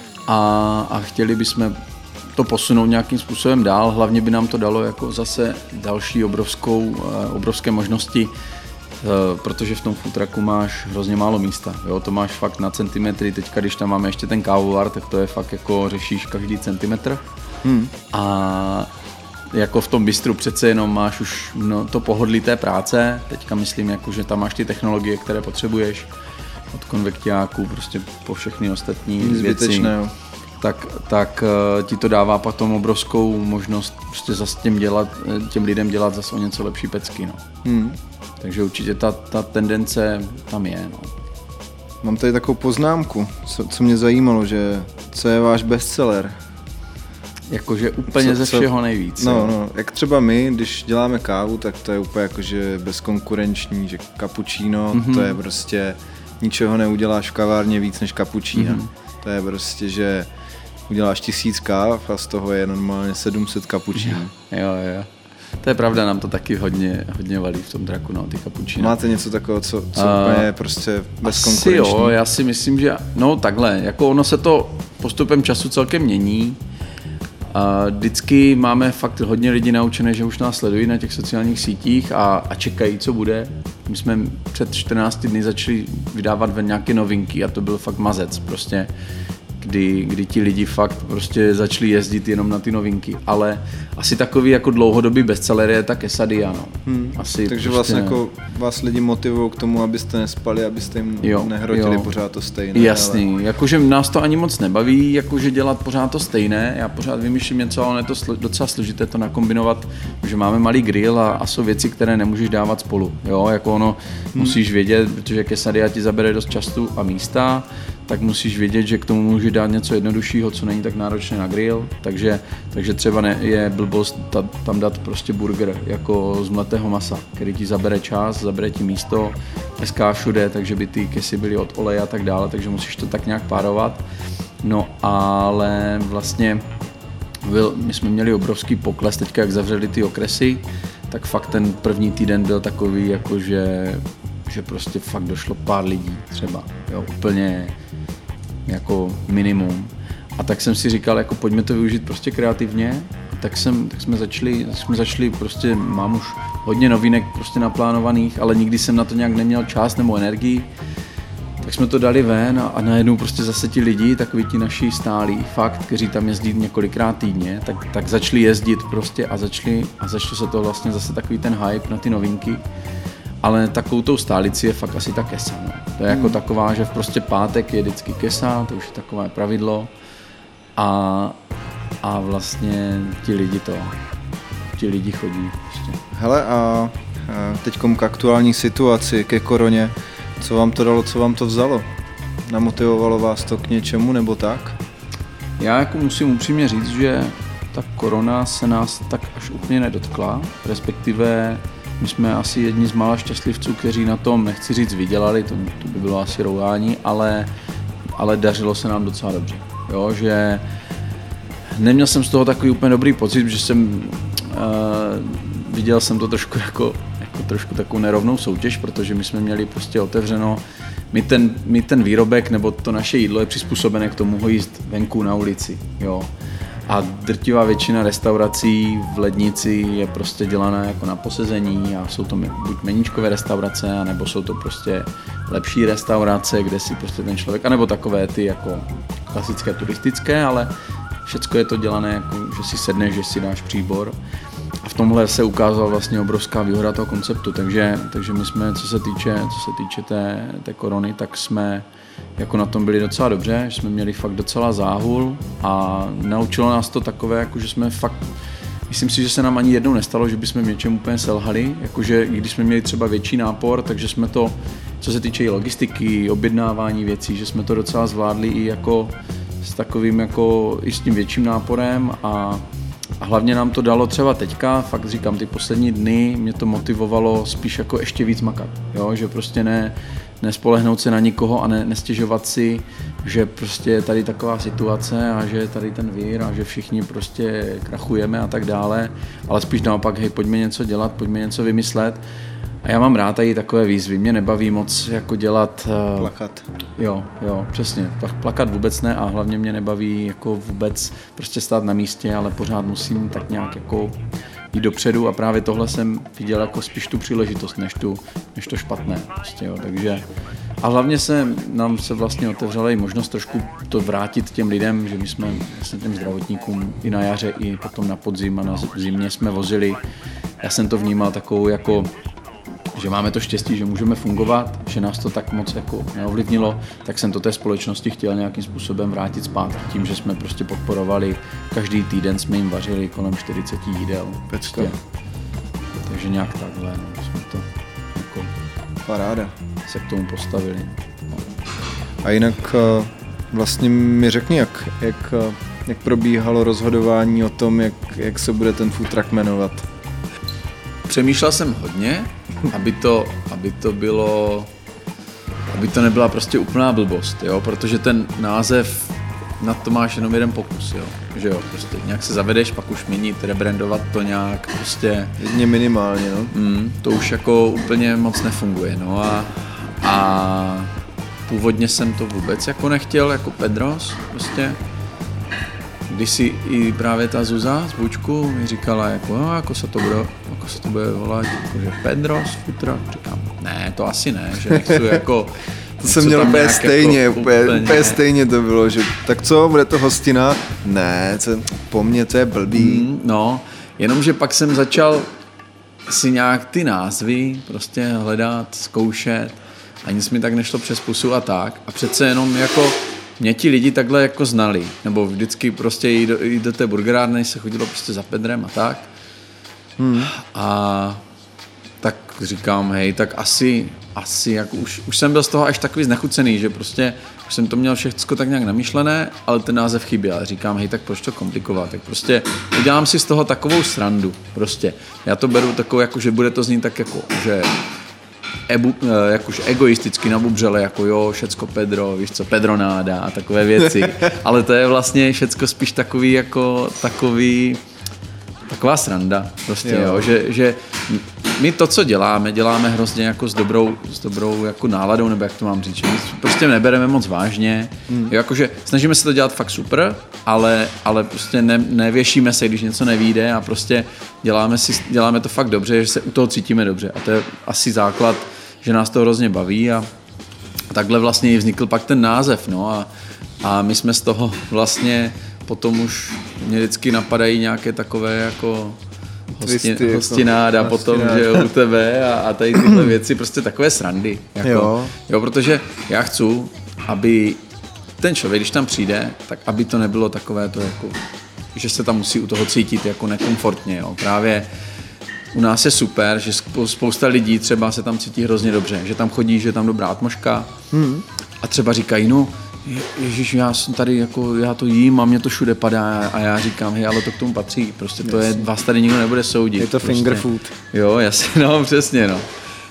a, a chtěli bychom to posunout nějakým způsobem dál, hlavně by nám to dalo jako zase další obrovskou, obrovské možnosti, protože v tom food trucku máš hrozně málo místa, jo, to máš fakt na centimetry, teďka když tam máme ještě ten kávovar, tak to je fakt jako řešíš každý centimetr hmm. a jako v tom bistru přece jenom máš už no, to pohodlí té práce, teďka myslím, jako, že tam máš ty technologie, které potřebuješ, od konvektiáků prostě po všechny ostatní věci, tak, tak ti to dává potom obrovskou možnost prostě zase těm, dělat, těm lidem dělat zase o něco lepší pecky. No. Hmm. Takže určitě ta, ta tendence tam je. No. Mám tady takovou poznámku, co, co mě zajímalo, že co je váš bestseller? Jakože úplně co, ze všeho nejvíc. No, no, jak třeba my, když děláme kávu, tak to je úplně jakože bezkonkurenční, že cappuccino, mm-hmm. to je prostě, ničeho neuděláš v kavárně víc než cappuccino. Mm-hmm. To je prostě, že uděláš tisíc káv a z toho je normálně sedm set cappuccino. Jo, jo. To je pravda, nám to taky hodně, hodně valí v tom draku, no, ty cappuccino. Máte něco takového, co, co uh, úplně je prostě bezkonkurenční? Asi jo, já si myslím, že, no takhle, jako ono se to postupem času celkem mění. A vždycky máme fakt hodně lidí naučené, že už nás sledují na těch sociálních sítích a, a čekají, co bude. My jsme před čtrnácti dny začali vydávat ven nějaké novinky a to byl fakt mazec. Prostě kdy, kdy ti lidi fakt prostě začali jezdit jenom na ty novinky, ale asi takový jako dlouhodobý bestseller je ta Quesadilla, no. Hmm. Asi takže prostě vlastně jako vás lidi motivují k tomu, abyste nespali, abyste jim jo, nehrotili jo. pořád to stejné. Jasný, ale... jakože nás to ani moc nebaví, jakože dělat pořád to stejné, já pořád vymýšlím něco, ale je to sl- docela složité to nakombinovat, že máme malý grill a, a jsou věci, které nemůžeš dávat spolu, jo, jako ono hmm. musíš vědět, protože Quesadilla ti zabere dost času a místa, tak musíš vědět, že k tomu můžeš dát něco jednoduššího, co není tak náročné na grill, takže, takže třeba ne, je blbost ta, tam dát prostě burger jako z mletého masa, který ti zabere čas, zabere ti místo, peská všude, takže by ty kesy byly od oleje a tak dále, takže musíš to tak nějak párovat. No ale vlastně byl, my jsme měli obrovský pokles, teďka jak zavřeli ty okresy, tak fakt ten první týden byl takový, jako že, že prostě fakt došlo pár lidí třeba, jo, úplně jako minimum. A tak jsem si říkal, jako pojďme to využít prostě kreativně, tak, jsem, tak jsme začali, jsme začali prostě, mám už hodně novinek prostě naplánovaných, ale nikdy jsem na to nějak neměl čas nebo energii, tak jsme to dali ven a, a najednou prostě zase ti lidi, takový ti naši stálí, fakt, kteří tam jezdí několikrát týdně, tak, tak začali jezdit prostě a začali, a začalo se to vlastně zase takový ten hype na ty novinky. Ale takovou tou stálicí je fakt asi ta kesa. No. To je jako hmm. taková, že v prostě pátek je vždycky kesa, to už je takové pravidlo. A, a vlastně ti lidi to, ti lidi chodí. Prostě. Hele a teďkom k aktuální situaci, ke koroně, co vám to dalo, co vám to vzalo? Namotivovalo vás to k něčemu nebo tak? Já jako musím upřímně říct, že ta korona se nás tak až úplně nedotkla, respektive my jsme asi jedni z mála šťastlivců, kteří na tom, nechci říct, vydělali, to, to by bylo asi rouvání, ale, ale dařilo se nám docela dobře. Jo, že neměl jsem z toho takový úplně dobrý pocit, že jsem uh, viděl jsem to trošku jako, jako trošku takovou nerovnou soutěž, protože my jsme měli prostě otevřeno, my ten, my ten výrobek nebo to naše jídlo je přizpůsobené k tomu ho jíst venku na ulici, jo. A drtivá většina restaurací v Lednici je prostě dělaná jako na posezení a jsou to buď meníčkové restaurace, anebo jsou to prostě lepší restaurace, kde si prostě ten člověk, anebo takové ty jako klasické turistické, ale všecko je to dělané jako, že si sedneš, že si dáš příbor. A v tomhle se ukázala vlastně obrovská výhoda toho konceptu, takže, takže my jsme, co se týče, co se týče té, té korony, tak jsme jako na tom byli docela dobře, že jsme měli fakt docela záhul a naučilo nás to takové, jako že jsme fakt, myslím si, že se nám ani jednou nestalo, že bychom v něčem úplně selhali, jakože když jsme měli třeba větší nápor, takže jsme to, co se týče i logistiky, objednávání věcí, že jsme to docela zvládli i jako s takovým jako i s tím větším náporem a A hlavně nám to dalo třeba teďka, fakt říkám, ty poslední dny mě to motivovalo spíš jako ještě víc makat, jo? Že prostě ne, nespolehnout se na nikoho a ne, nestěžovat si, že prostě je tady taková situace a že je tady ten vír a že všichni prostě krachujeme a tak dále, ale spíš naopak, hej, pojďme něco dělat, pojďme něco vymyslet. A já mám rád i takové výzvy, mě nebaví moc jako dělat... Plakat. Jo, jo, přesně. Plakat vůbec ne a hlavně mě nebaví jako vůbec prostě stát na místě, ale pořád musím tak nějak jako jít dopředu a právě tohle jsem viděl jako spíš tu příležitost, než, tu, než to špatné. Prostě, jo, takže... A hlavně se nám se vlastně otevřela i možnost trošku to vrátit těm lidem, že my jsme vlastně těm zdravotníkům i na jaře, i potom na podzim a na zimě jsme vozili. Já jsem to vnímal takovou jako že máme to štěstí, že můžeme fungovat, že nás to tak moc jako neovlivnilo, tak jsem to té společnosti chtěl nějakým způsobem vrátit zpátky tím, že jsme prostě podporovali, každý týden jsme jim vařili kolem čtyřicet jídel. Prostě. Takže nějak takhle no, jsme to jako paráda se k tomu postavili. No. A jinak vlastně mi řekni, jak, jak, jak probíhalo rozhodování o tom, jak, jak se bude ten food truck jmenovat? Přemýšlel jsem hodně, aby to, aby to bylo, aby to nebyla prostě úplná blbost, jo, protože ten název, na to máš jenom jeden pokus, jo, že jo, prostě nějak se zavedeš, pak už měnit, rebrandovat to nějak, prostě. Jedně minimálně, no. Mm, to už jako úplně moc nefunguje, no a, a původně jsem to vůbec jako nechtěl, jako Pedros, prostě. Když si i právě ta Zuza z Bučku mi říkala, jako, no, jako, se to bude, jako se to bude volat, jako, že Pedros, Food Truck, říkám, ne, to asi ne, že nechci jako To jsem měl úplně stejně, jako, úplně, úplně, úplně stejně to bylo, že tak co, bude to hostina? Ne, co, po mně to je blbý. Mm, no, jenomže pak jsem začal si nějak ty názvy prostě hledat, zkoušet a nic mi tak nešlo přes pusu a tak. A přece jenom jako mě ti lidi takhle jako znali, nebo vždycky prostě jít do, jít do té burgerárny se chodilo prostě za Pedrem a tak. Hmm. A tak říkám, hej, tak asi, asi jako už, už jsem byl z toho až takový znechucený, že prostě už jsem to měl všechno tak nějak namyšlené, ale ten název chyběl. Říkám, hej, tak proč to komplikovat? Tak prostě udělám si z toho takovou srandu, prostě. Já to beru takovou, jako, že bude to znít tak jako, že Ebu, jak už egoisticky nabubřele, jako jo, všecko Pedro, víš co, Pedronáda a takové věci. Ale to je vlastně všecko spíš takový, jako takový, taková sranda, prostě, jo. Jo, že, že my to, co děláme, děláme hrozně jako s dobrou, s dobrou jako náladou, nebo jak to mám říct, že my prostě nebereme moc vážně, hmm. jo, jakože snažíme se to dělat fakt super, ale, ale prostě ne, nevěšíme se, když něco nevyjde a prostě děláme, si, děláme to fakt dobře, že se u toho cítíme dobře a to je asi základ, že nás to hrozně baví a takhle vlastně i vznikl pak ten název, no a, a my jsme z toho vlastně potom už mě vždycky napadají nějaké takové jako Hostin, Twisty, hostináda jako, potom, že u tebe a, a tady tyhle věci, prostě takové srandy. Jako, jo. jo, protože já chci, aby ten člověk, když tam přijde, tak aby to nebylo takové to jako, že se tam musí u toho cítit jako nekomfortně. Jo. Právě u nás je super, že spousta lidí třeba se tam cítí hrozně dobře, že tam chodí, že je tam dobrá atmosféra hmm. a třeba říkají, no Ježíš, já jsem tady, jako, já to jím a mě to všude padá a já říkám, hej, ale to k tomu patří, prostě to je, vás tady nikdo nebude soudit. Je to prostě. Finger food. Jo, jasně, no, přesně, no.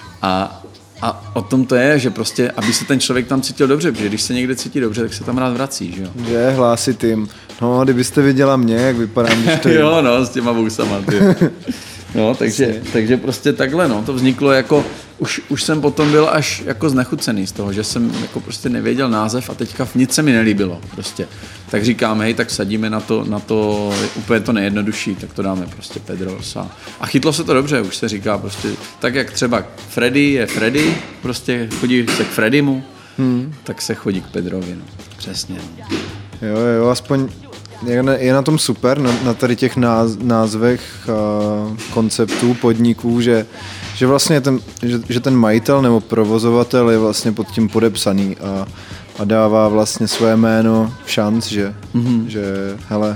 A, a o tom to je, že prostě, aby se ten člověk tam cítil dobře, protože když se někde cítí dobře, tak se tam rád vrací, že jo. Že hlásit jim, no, kdybyste viděla mě, jak vypadám, když to jim. Jo, no, s těma vousama, ty. No, takže, takže prostě takhle, no, to vzniklo jako, už, už jsem potom byl až jako znechucený z toho, že jsem jako prostě nevěděl název a teďka nic se mi nelíbilo, prostě. Tak říkáme, hej, tak sadíme na to, na to úplně to nejjednodušší, tak to dáme prostě Pedros a, a chytlo se to dobře, už se říká prostě, tak jak třeba Freddy je Freddy, prostě chodí se k Freddymu, hmm. tak se chodí k Pedrovi, no, přesně. No. Jo, jo, aspoň je na tom super, na, na tady těch náz, názvech uh, konceptů, podniků, že, že vlastně ten, že, že ten majitel nebo provozovatel je vlastně pod tím podepsaný a, a dává vlastně své jméno šanc, že, mm-hmm. že hele,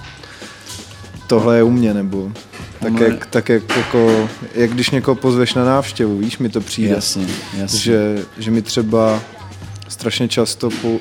tohle je u mě, nebo tak, jak, tak jak, jako, jak když někoho pozveš na návštěvu, víš, mi to přijde, jasně, jasně. Že, že my třeba strašně často pou, uh,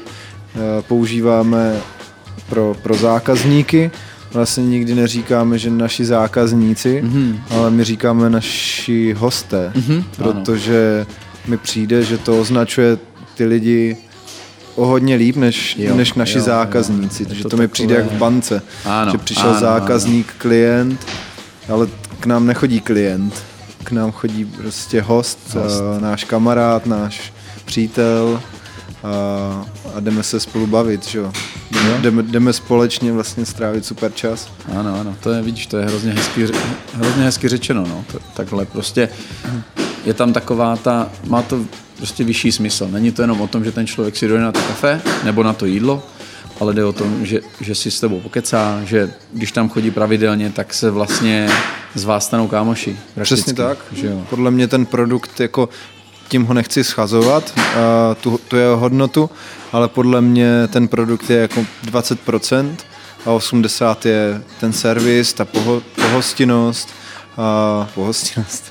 používáme Pro, pro zákazníky. Vlastně nikdy neříkáme, že naši zákazníci, mm-hmm. ale my říkáme naši hosté, mm-hmm. protože mi přijde, že to označuje ty lidi o hodně líp, než, jo, než naši jo, zákazníci. Jo. Že to, to mi přijde jak v bance, ano, že přišel ano, zákazník, ano. klient, ale k nám nechodí klient. K nám chodí prostě host, host. Uh, náš kamarád, náš přítel, A, a jdeme se spolu bavit, že jo. Jdeme, jdeme společně vlastně strávit super čas. Ano, ano, to je, vidíš, to je hrozně hezky, hrozně hezky řečeno, no. To, takhle prostě je tam taková ta, má to prostě vyšší smysl. Není to jenom o tom, že ten člověk si dojde na to kafe nebo na to jídlo, ale jde o tom, že, že si s tebou pokecá, že když tam chodí pravidelně, tak se vlastně z vás stanou kámoši. Přesně tak. Že jo. Podle mě ten produkt jako tím ho nechci schazovat, tu, tu jeho hodnotu, ale podle mě ten produkt je jako dvacet procent a osmdesát procent je ten servis, ta poho, pohostinnost, a, pohostinnost.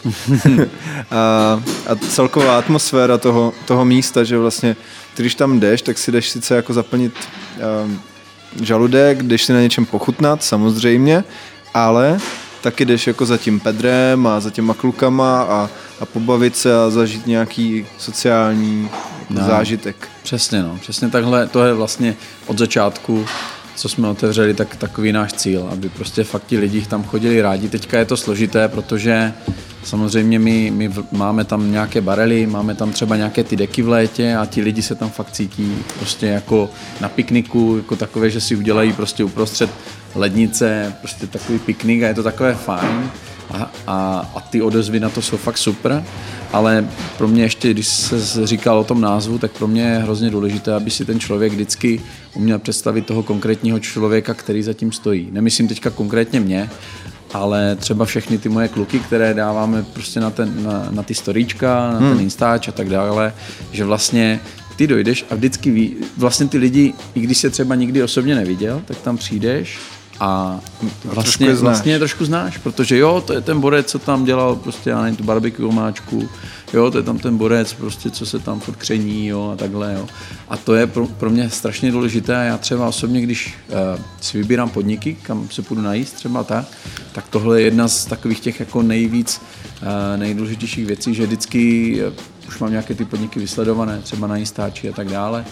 a, a celková atmosféra toho, toho místa, že vlastně, když tam jdeš, tak si jdeš sice jako zaplnit um, žaludek, jdeš si na něčem pochutnat, samozřejmě, ale taky jdeš jako za tím Pedrem a za těma klukama a, a pobavit se a zažít nějaký sociální no, zážitek. Přesně, no. Přesně takhle, to je vlastně od začátku, co jsme otevřeli, tak takový náš cíl, aby prostě fakt ti lidi tam chodili rádi. Teďka je to složité, protože samozřejmě my, my máme tam nějaké barely, máme tam třeba nějaké ty deky v létě a ti lidi se tam fakt cítí prostě jako na pikniku, jako takové, že si udělají prostě uprostřed lednice, prostě takový piknik a je to takové fajn, a, a, a ty odezvy na to jsou fakt super, ale pro mě ještě, když se říkal o tom názvu, tak pro mě je hrozně důležité, aby si ten člověk vždycky uměl představit toho konkrétního člověka, který za tím stojí. Nemyslím teďka konkrétně mě, ale třeba všechny ty moje kluky, které dáváme prostě na, ten, na, na ty storíčka, na hmm. ten Instač a tak dále, že vlastně ty dojdeš a vždycky ví, vlastně ty lidi, i když se třeba nikdy osobně neviděl, tak tam přijdeš a vlastně, trošku vlastně trošku znáš, protože jo, to je ten borec, co tam dělal prostě, já nevím, tu barbecue omáčku, jo, to je tam ten borec, prostě, co se tam furt kření, jo, a takhle, jo. A to je pro, pro mě strašně důležité a já třeba osobně, když uh, si vybírám podniky, kam se půjdu najíst, třeba tak, tak tohle je jedna z takových těch jako nejvíc, uh, nejdůležitějších věcí, že vždycky uh, už mám nějaké ty podniky vysledované, třeba na Instači a tak dále.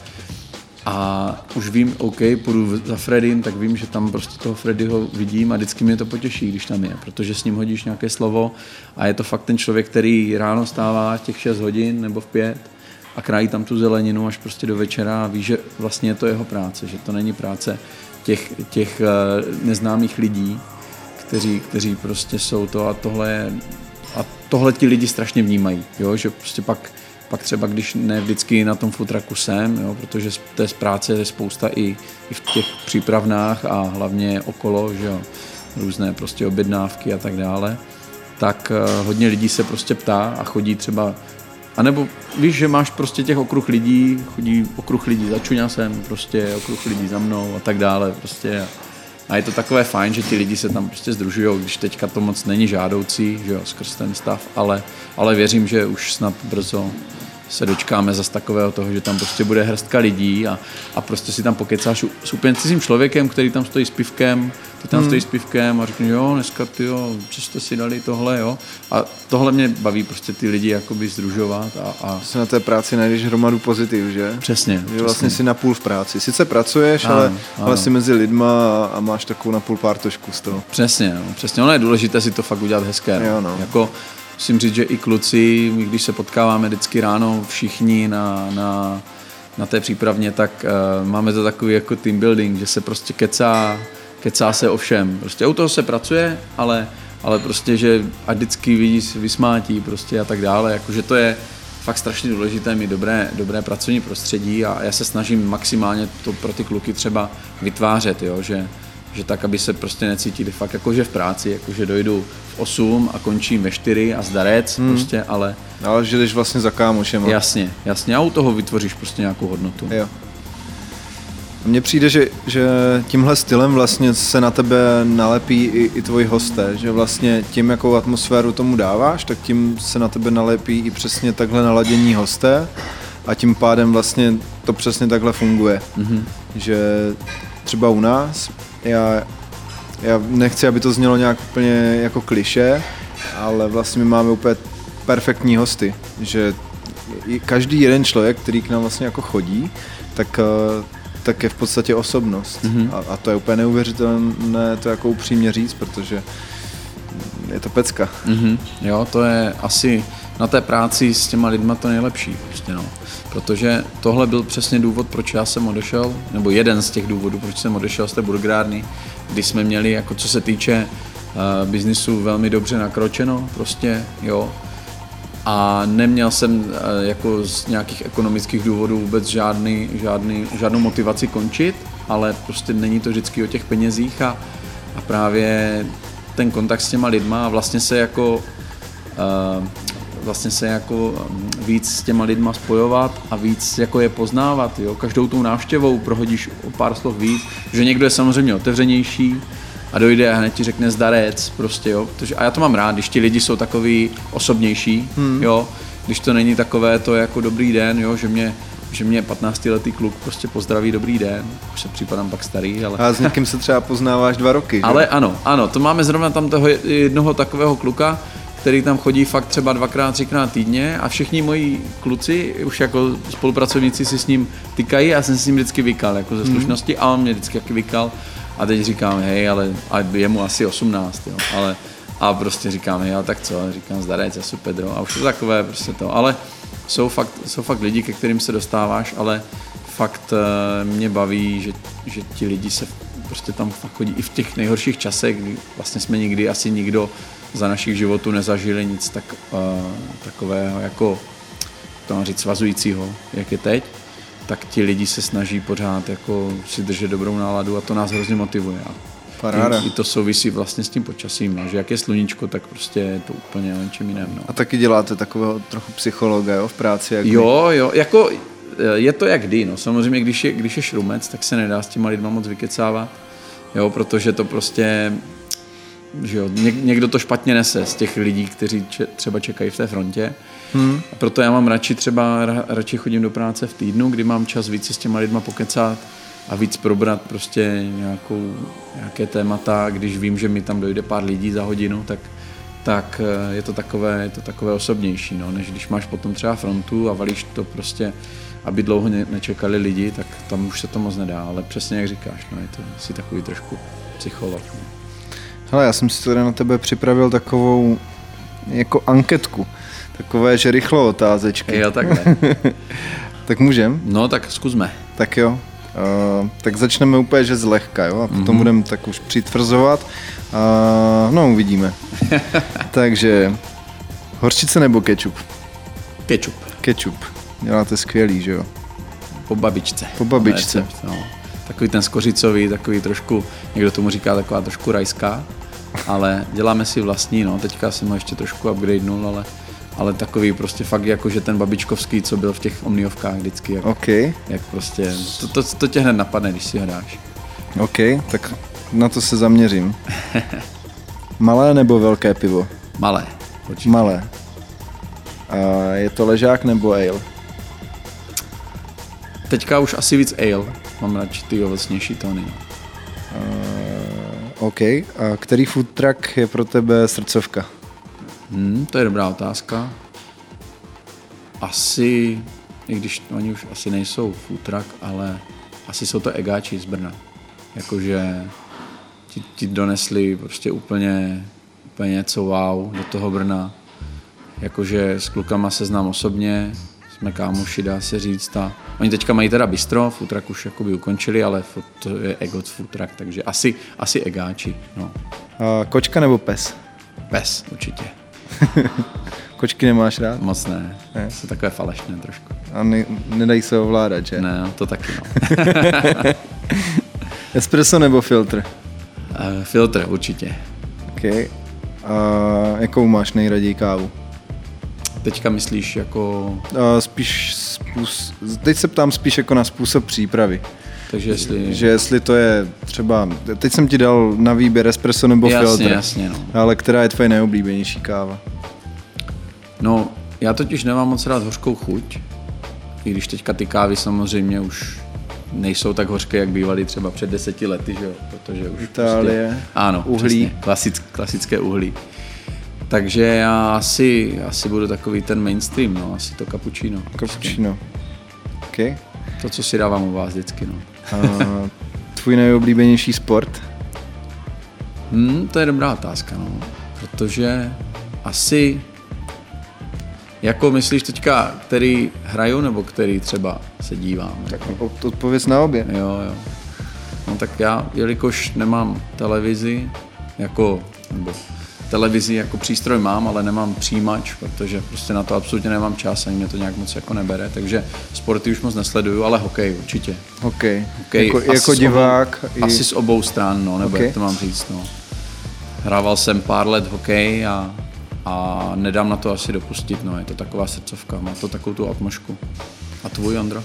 A už vím, OK, půjdu za Freddym, tak vím, že tam prostě toho Freddyho vidím a vždycky mě to potěší, když tam je, protože s ním hodíš nějaké slovo a je to fakt ten člověk, který ráno stává těch šest hodin nebo v pět a krájí tam tu zeleninu až prostě do večera a ví, že vlastně je to jeho práce, že to není práce těch, těch neznámých lidí, kteří, kteří prostě jsou to a tohle, a tohle ti lidi strašně vnímají, jo, že prostě pak Pak třeba, když ne vždycky na tom footraku jsem, jo, protože té z práce je spousta i, i v těch přípravnách a hlavně okolo, že jo, různé prostě objednávky a tak dále, tak uh, hodně lidí se prostě ptá a chodí třeba, anebo víš, že máš prostě těch okruh lidí, chodí okruh lidí za čuňasem, prostě okruh lidí za mnou a tak dále, prostě. A je to takové fajn, že ti lidi se tam prostě sdružujou, když teďka to moc není žádoucí, že jo, skrz ten stav, ale, ale věřím, že už snad brzo se dočkáme zase takového toho, že tam prostě bude hrstka lidí a, a prostě si tam pokecáš s úplně cizím člověkem, který tam stojí s pivkem, ty tam hmm. stojí s pivkem a řekne, jo, dneska ty jo, co jste si dali tohle, jo. A tohle mě baví prostě ty lidi jakoby sdružovat a... a... Se na té práci najdeš hromadu pozitiv, že? Přesně. Že přesně. vlastně si napůl v práci. Sice pracuješ, ano, ale, ano. ale jsi mezi lidma a, a máš takovou napůl pártošku z toho. Přesně, no, přesně. Ono je důležité si to fakt udělat hezké. Jo, no. Jako, musím říct, že i kluci, my když se potkáváme vždycky ráno všichni na, na, na té přípravně, tak uh, máme to takový jako team building, že se prostě kecá, kecá se o všem. Prostě u toho se pracuje, ale, ale prostě, že a vždycky vidí, vysmátí prostě a tak dále. Jakože to je fakt strašně důležité mít dobré, dobré pracovní prostředí a já se snažím maximálně to pro ty kluky třeba vytvářet, jo, že že tak, aby se prostě necítili fakt jakože v práci, jakože dojdu v osm a končím ve čtyři a zdarec hmm. prostě, ale... Ale že jdeš vlastně za kámošem. Jasně, jasně, a u toho vytvoříš prostě nějakou hodnotu. Jo. Mně přijde, že, že tímhle stylem vlastně se na tebe nalepí i, i tvoji hosté, že vlastně tím, jakou atmosféru tomu dáváš, tak tím se na tebe nalepí i přesně takhle naladění hosté a tím pádem vlastně to přesně takhle funguje. Mm-hmm. Že třeba u nás Já, já nechci, aby to znělo nějak úplně jako klišé, ale vlastně my máme úplně perfektní hosty, že každý jeden člověk, který k nám vlastně jako chodí, tak, tak je v podstatě osobnost. Mm-hmm. A, a to je úplně neuvěřitelné to jako upřímně říct, protože je to pecka. Mm-hmm. Jo, to je asi na té práci s těma lidma to nejlepší. Prostě no. Protože tohle byl přesně důvod, proč já jsem odešel, nebo jeden z těch důvodů, proč jsem odešel z té burgerárny, kdy jsme měli, jako co se týče uh, biznisu, velmi dobře nakročeno, prostě, jo. A neměl jsem uh, jako z nějakých ekonomických důvodů vůbec žádný, žádný, žádnou motivaci končit, ale prostě není to vždycky o těch penězích a, a právě ten kontakt s těma lidma a vlastně se jako uh, vlastně se jako víc s těma lidma spojovat a víc jako je poznávat, jo. Každou tou návštěvou prohodíš o pár slov víc, že někdo je samozřejmě otevřenější a dojde a hned ti řekne zdarec, prostě, jo. Protože, a já to mám rád, když ti lidi jsou takový osobnější, hmm. jo. Když to není takové to jako dobrý den, jo, že mě že mě patnáctiletý kluk prostě pozdraví dobrý den, už se připadám pak starý, ale... A s někým se třeba poznáváš dva roky, že? Ale ano, ano, to máme zrovna tam toho jednoho takového kluka, který tam chodí fakt třeba dvakrát, třikrát týdně a všichni moji kluci, už jako spolupracovníci si s ním tykají, já jsem s ním vždycky vykal, jako ze slušnosti a on mě vždycky taky vykal a teď říkám, hej, ale a je mu asi osmnáct, jo, ale a prostě říkám, hej, ale tak co, říkám, zdarec, já jsem Pedro a už to takové prostě to, ale jsou fakt, jsou fakt lidi, ke kterým se dostáváš, ale fakt mě baví, že, že ti lidi se prostě tam fakt chodí i v těch nejhorších časech, kdy vlastně jsme nikdy asi nikdo za našich životů nezažili nic tak, uh, takového jako to mám říct svazujícího, jak je teď, tak ti lidi se snaží pořád jako si držet dobrou náladu a to nás hrozně motivuje. Paráda. I, I to souvisí vlastně s tím počasím, no, že jak je sluníčko, tak prostě je to úplně o něčem jiném. No. A taky děláte takového trochu psychologa, jo, v práci? Jak jo, jo, jako je to jak kdy, no. Samozřejmě, když je, když je šrumec, tak se nedá s těma lidma moc vykecávat, jo, protože to prostě, že jo, někdo to špatně nese z těch lidí, kteří če, třeba čekají v té frontě. Hmm. A proto já mám radši třeba, radši chodím do práce v týdnu, kdy mám čas víc si s těma lidma pokecat a víc probrat prostě nějakou, nějaké témata, když vím, že mi tam dojde pár lidí za hodinu, tak, tak je to takové, je to takové osobnější, no, než když máš potom třeba frontu a valíš to prostě, aby dlouho ne- nečekali lidi, tak tam už se to moc nedá, ale přesně jak říkáš, no, je to asi takový trošku psycholog. No. Hele, já jsem si tady na tebe připravil takovou jako anketku, takové, že rychlo otázečky. Jo, takhle. Tak můžem? No, tak zkusme. Tak jo. Uh, tak začneme úplně, že zlehka, jo, a potom mm-hmm. budeme tak už přitvrzovat. Uh, no, uvidíme. Takže, hořčice nebo kečup? Kečup. Kečup. Děláte skvělý, že jo? Po babičce. Po babičce. Recept, no. Takový ten skořicový, takový trošku, někdo tomu říká taková trošku rajská, ale děláme si vlastní, no, teďka jsem ho ještě trošku upgradenul, ale ale takový prostě fakt jako, že ten babičkovský, co byl v těch omniovkách vždycky, jak, okay. jak prostě, to, to, to tě hned napadne, když si ho dáš. OK, tak na to se zaměřím. Malé nebo velké pivo? Malé, určitě. Malé. A je to ležák nebo ale? Teďka už asi víc ale, mám radši ty ovocnější tóny. No. Uh, OK, a který food truck je pro tebe srdcovka? Hmm, to je dobrá otázka. Asi, i když oni už asi nejsou food truck, ale asi jsou to egáči z Brna. Jakože ti, ti donesli prostě úplně, úplně něco wow do toho Brna. Jakože s klukama se znám osobně, jsme kámoši, dá se říct. A oni teďka mají teda bistro, food truck už jakoby ukončili, ale to je Egot food truck, takže asi, asi egáči. No. A kočka nebo pes? Pes, určitě. Kočky nemáš rád? Moc ne, ne. Jsou takové falešné trošku. A ne, nedají se ovládat, že? Ne, to taky no. Espresso nebo filtr? Uh, filtr, určitě. OK. A jakou máš nejraději kávu? Teďka myslíš jako... Uh, spíš způsob... Teď se ptám spíš jako na způsob přípravy. Takže jestli... Že jestli to je třeba... Teď jsem ti dal na výběr espresso nebo jasně, filtr. Jasně, no. Ale která je tvoje nejoblíbenější káva? No, já totiž nemám moc rád hořkou chuť. I když teďka ty kávy samozřejmě už nejsou tak hořké, jak bývaly třeba před deseti lety, že jo? Protože už Itálie, prostě... Ano, uhlí. Přesně, klasick, klasické uhlí. Takže já asi, asi budu takový ten mainstream, no, asi to cappuccino. Cappuccino. OK. To, co si dávám u vás vždycky, no. A tvůj nejoblíbenější sport? Hmm, to je dobrá otázka, no. Protože asi, jako myslíš teďka, který hraju, nebo který třeba se dívám? Tak odpověz na obě. Jo, jo. No tak já, jelikož nemám televizi, jako, nebo televizi jako přístroj mám, ale nemám přijímač, protože prostě na to absolutně nemám čas, ani mě to nějak moc jako nebere, takže sporty už moc nesleduju, ale hokej určitě. Hokej, hokej jako, jako divák? Obou, i... Asi z obou stran, no, nebo okay. jak to mám říct, no. Hrával jsem pár let hokej a, a nedám na to asi dopustit, no, je to taková srdcovka, má to takovou tu atmošku. A tvůj, Ondro?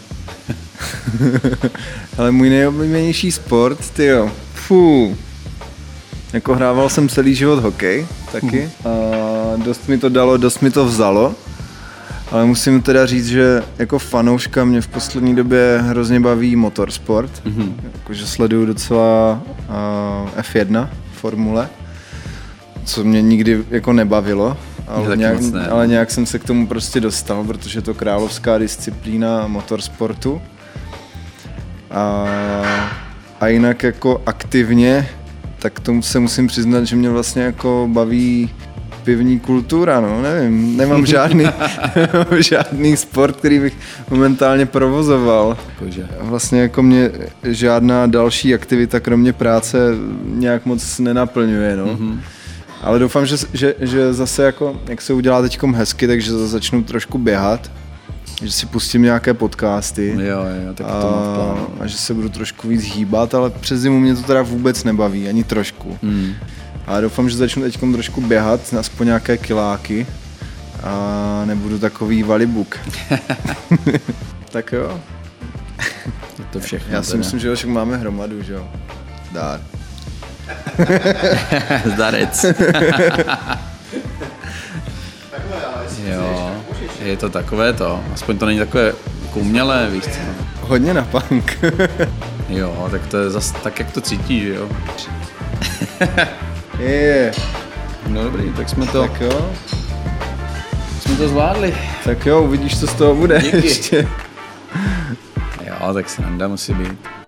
Ale můj nejoblíbenější sport, tyjo, fů. Jako hrával jsem celý život hokej taky a dost mi to dalo, dost mi to vzalo, ale musím teda říct, že jako fanouška mě v poslední době hrozně baví motorsport, mm-hmm. jakože sleduju docela uh, F jedna formule, co mě nikdy jako nebavilo, ale nějak, ne, ale nějak jsem se k tomu prostě dostal, protože je to královská disciplína motorsportu a, a jinak jako aktivně tak tomu se musím přiznat, že mě vlastně jako baví pivní kultura, no, nevím, nemám žádný, nemám žádný sport, který bych momentálně provozoval. Kože. Vlastně jako mě žádná další aktivita kromě práce nějak moc nenaplňuje, no. Mm-hmm. Ale doufám, že, že, že zase jako, jak se udělá teďkom hezky, takže zase začnu trošku běhat, že si pustím nějaké podcasty. Jo, jo, tak to mám v plánu. A že se budu trošku víc hýbat, ale přes zimu mě to teda vůbec nebaví, ani trošku. Hmm. A doufám, že začnu teďkom trošku běhat, aspoň nějaké kiláky a nebudu takový valibuk. Tak jo. Je to všechno. Já si teda myslím, že však máme hromadu, že jo. Dár. Zdarec. Jo, je to takové to. Aspoň to není takové jako umělé, víš co. Hodně na punk. Jo, tak to je zase tak, jak to cítí, že jo. Je. No dobrý, tak jsme to, Tak jo. jsme to zvládli. Tak jo, uvidíš, co z toho bude. Díky. Ještě. Jo, tak sranda musí být.